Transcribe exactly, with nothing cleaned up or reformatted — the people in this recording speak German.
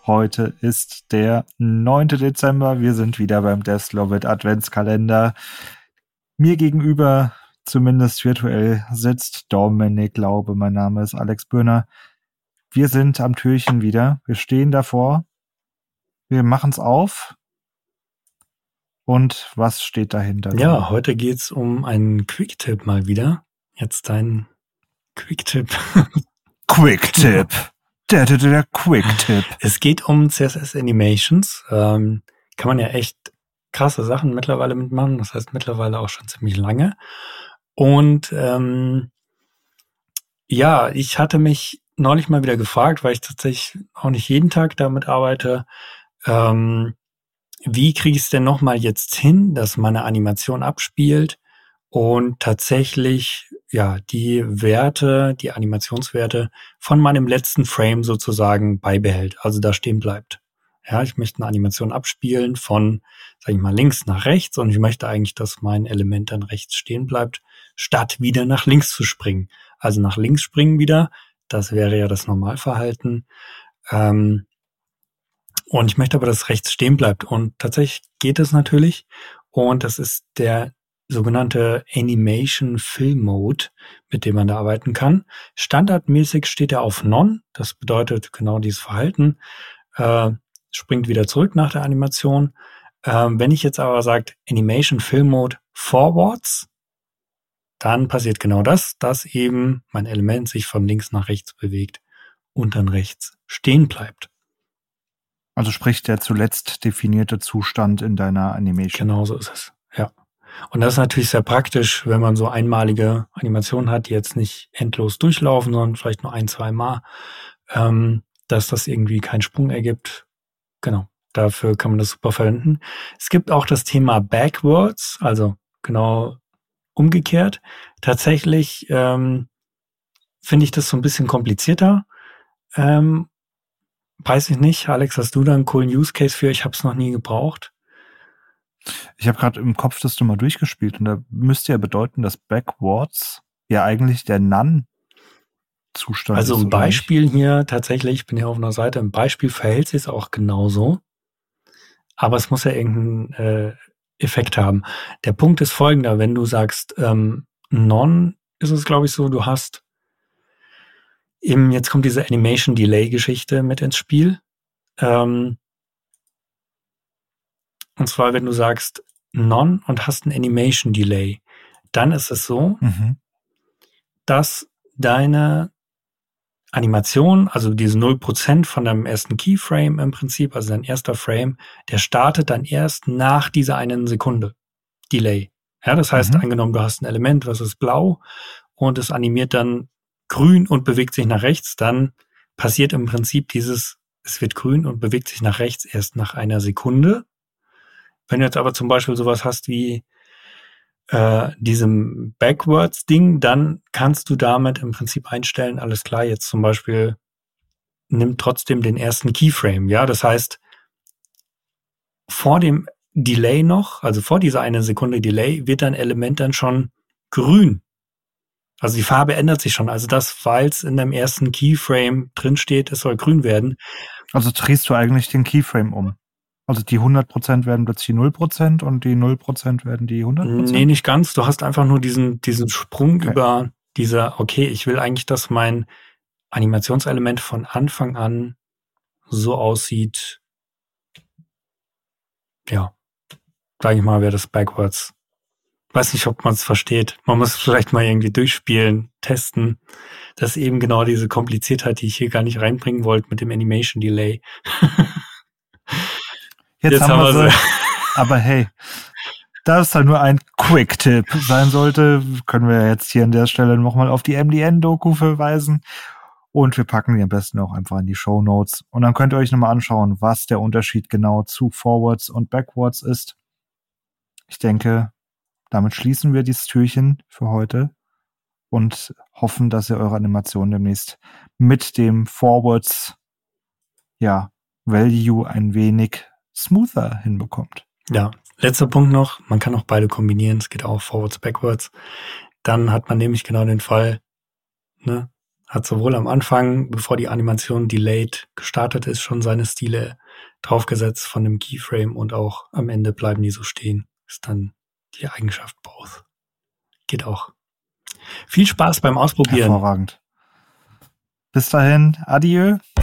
Heute ist der neunte Dezember. Wir sind wieder beim Devs Love It Adventskalender. Mir gegenüber, zumindest virtuell, sitzt Dominik Glaube. Mein Name ist Alex Böhner. Wir sind am Türchen wieder. Wir stehen davor. Wir machen es auf. Und was steht dahinter? Ja, heute geht's um einen Quick-Tipp mal wieder. Jetzt dein Quick-Tipp. Quick-Tipp. Der, der, der Quick-Tipp. Es geht um C S S Animations. Ähm, kann man ja echt krasse Sachen mittlerweile mitmachen. Das heißt mittlerweile auch schon ziemlich lange. Und ähm, ja, ich hatte mich neulich mal wieder gefragt, weil ich tatsächlich auch nicht jeden Tag damit arbeite, ähm, wie kriege ich es denn nochmal jetzt hin, dass meine Animation abspielt und tatsächlich ja die Werte, die Animationswerte von meinem letzten Frame sozusagen beibehält, also da stehen bleibt. Ja, ich möchte eine Animation abspielen von, sag ich mal, links nach rechts und ich möchte eigentlich, dass mein Element dann rechts stehen bleibt, statt wieder nach links zu springen. Also nach links springen wieder, das wäre ja das Normalverhalten. Ähm, Und ich möchte aber, dass es rechts stehen bleibt. Und tatsächlich geht es natürlich. Und das ist der sogenannte Animation Fill Mode, mit dem man da arbeiten kann. Standardmäßig steht er auf None. Das bedeutet genau dieses Verhalten. Äh, springt wieder zurück nach der Animation. Äh, wenn ich jetzt aber sage Animation Fill Mode Forwards, dann passiert genau das, dass eben mein Element sich von links nach rechts bewegt und dann rechts stehen bleibt. Also sprich der zuletzt definierte Zustand in deiner Animation. Genau so ist es, ja. Und das ist natürlich sehr praktisch, wenn man so einmalige Animationen hat, die jetzt nicht endlos durchlaufen, sondern vielleicht nur ein, zwei Mal, ähm, dass das irgendwie keinen Sprung ergibt. Genau, dafür kann man das super verwenden. Es gibt auch das Thema Backwards, also genau umgekehrt. Tatsächlich ähm, finde ich das so ein bisschen komplizierter. Ähm, Weiß ich nicht. Alex, hast du da einen coolen Use Case für? Ich habe es noch nie gebraucht. Ich habe gerade im Kopf das mal durchgespielt und da müsste ja bedeuten, dass Backwards ja eigentlich der None-Zustand also ist. Also ein Beispiel hier tatsächlich, ich bin hier auf einer Seite, im Beispiel verhält sich es auch genauso. Aber es muss ja irgendeinen äh, Effekt haben. Der Punkt ist folgender, wenn du sagst, ähm, None ist es, glaube ich, so, du hast eben, jetzt kommt diese Animation-Delay-Geschichte mit ins Spiel. Ähm, und zwar, wenn du sagst None und hast ein Animation-Delay, dann ist es so, mhm. dass deine Animation, also diese null Prozent von deinem ersten Keyframe im Prinzip, also dein erster Frame, der startet dann erst nach dieser einen Sekunde Delay. Ja, das heißt, mhm. angenommen, du hast ein Element, was ist blau und es animiert dann grün und bewegt sich nach rechts, dann passiert im Prinzip dieses, es wird grün und bewegt sich nach rechts erst nach einer Sekunde. Wenn du jetzt aber zum Beispiel sowas hast wie äh, diesem Backwards-Ding, dann kannst du damit im Prinzip einstellen, alles klar, jetzt zum Beispiel nimmt trotzdem den ersten Keyframe. Ja, das heißt, vor dem Delay noch, also vor dieser eine Sekunde Delay, wird dein Element dann schon grün. Also die Farbe ändert sich schon. Also das, weil es in deinem ersten Keyframe drin steht, es soll grün werden. Also drehst du eigentlich den Keyframe um? Also die hundert Prozent werden plötzlich null Prozent und die null Prozent werden die hundert Prozent? Nee, nicht ganz. Du hast einfach nur diesen, diesen Sprung okay. über dieser, okay, ich will eigentlich, dass mein Animationselement von Anfang an so aussieht, ja, sage ich mal, wäre das Backwards. Weiß nicht, ob man es versteht. Man muss vielleicht mal irgendwie durchspielen, testen. Das ist eben genau diese Kompliziertheit, die ich hier gar nicht reinbringen wollte mit dem Animation Delay. Jetzt, Jetzt haben, haben wir sie. Aber hey, da es halt nur ein Quick-Tipp sein sollte, können wir jetzt hier an der Stelle nochmal auf die M D N-Doku verweisen. Und wir packen die am besten auch einfach in die Shownotes. Und dann könnt ihr euch nochmal anschauen, was der Unterschied genau zu Forwards und Backwards ist. Ich denke, damit schließen wir dieses Türchen für heute und hoffen, dass ihr eure Animation demnächst mit dem Forwards, ja, Value ein wenig smoother hinbekommt. Ja, letzter Punkt noch, man kann auch beide kombinieren, es geht auch Forwards, Backwards. Dann hat man nämlich genau den Fall, ne, hat sowohl am Anfang, bevor die Animation delayed gestartet ist, schon seine Stile draufgesetzt von dem Keyframe und auch am Ende bleiben die so stehen. Ist dann die Eigenschaft both. Geht auch. Viel Spaß beim Ausprobieren. Hervorragend. Bis dahin, adieu.